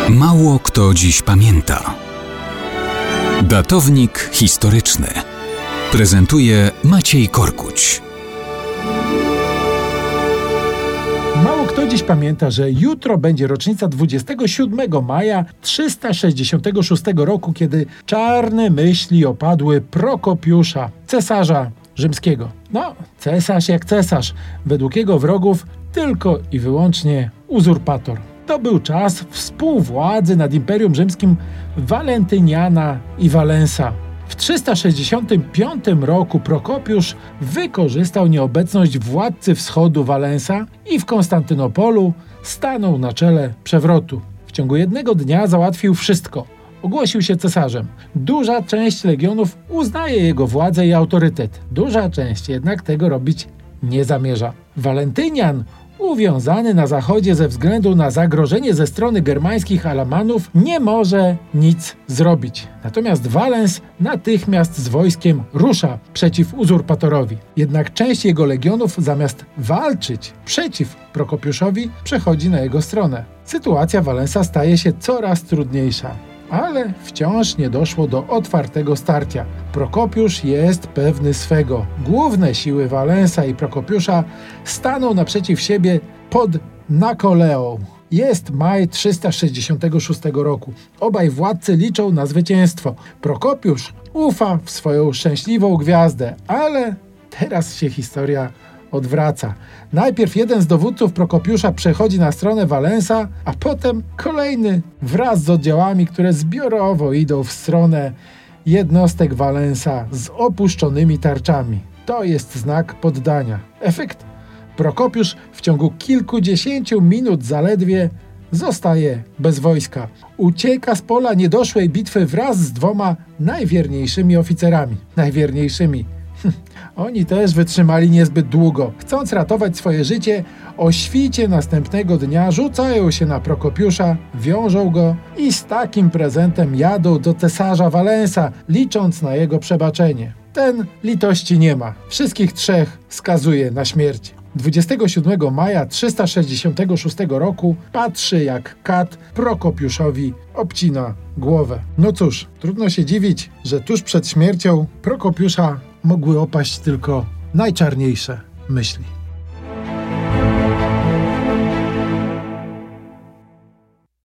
Mało kto dziś pamięta. Datownik historyczny prezentuje Maciej Korkuć. Mało kto dziś pamięta, że jutro będzie rocznica 27 maja 366 roku, kiedy czarne myśli opadły Prokopiusza, cesarza rzymskiego. No, cesarz jak cesarz, według jego wrogów tylko i wyłącznie uzurpator. To był czas współwładzy nad Imperium Rzymskim Walentyniana i Walensa. W 365 roku Prokopiusz wykorzystał nieobecność władcy wschodu Walensa i w Konstantynopolu stanął na czele przewrotu. W ciągu jednego dnia załatwił wszystko. Ogłosił się cesarzem. Duża część legionów uznaje jego władzę i autorytet. Duża część jednak tego robić nie zamierza. Walentynian, uwiązany na zachodzie ze względu na zagrożenie ze strony germańskich Alamanów, nie może nic zrobić. Natomiast Walens natychmiast z wojskiem rusza przeciw uzurpatorowi. Jednak część jego legionów zamiast walczyć przeciw Prokopiuszowi przechodzi na jego stronę. Sytuacja Walensa staje się coraz trudniejsza. Ale wciąż nie doszło do otwartego starcia. Prokopiusz jest pewny swego. Główne siły Walensa i Prokopiusza staną naprzeciw siebie pod Nakoleą. Jest maj 366 roku. Obaj władcy liczą na zwycięstwo. Prokopiusz ufa w swoją szczęśliwą gwiazdę, ale teraz się historia odwraca. Najpierw jeden z dowódców Prokopiusza przechodzi na stronę Walensa, a potem kolejny wraz z oddziałami, które zbiorowo idą w stronę jednostek Walensa z opuszczonymi tarczami. To jest znak poddania. Efekt? Prokopiusz w ciągu kilkudziesięciu minut zaledwie zostaje bez wojska. Ucieka z pola niedoszłej bitwy wraz z dwoma najwierniejszymi oficerami. Oni też wytrzymali niezbyt długo. Chcąc ratować swoje życie, o świcie następnego dnia rzucają się na Prokopiusza, wiążą go i z takim prezentem jadą do cesarza Walensa, licząc na jego przebaczenie. Ten litości nie ma. Wszystkich trzech skazuje na śmierć. 27 maja 366 roku patrzy, jak kat Prokopiuszowi obcina głowę. No cóż, trudno się dziwić, że tuż przed śmiercią Prokopiusza mogły opaść tylko najczarniejsze myśli.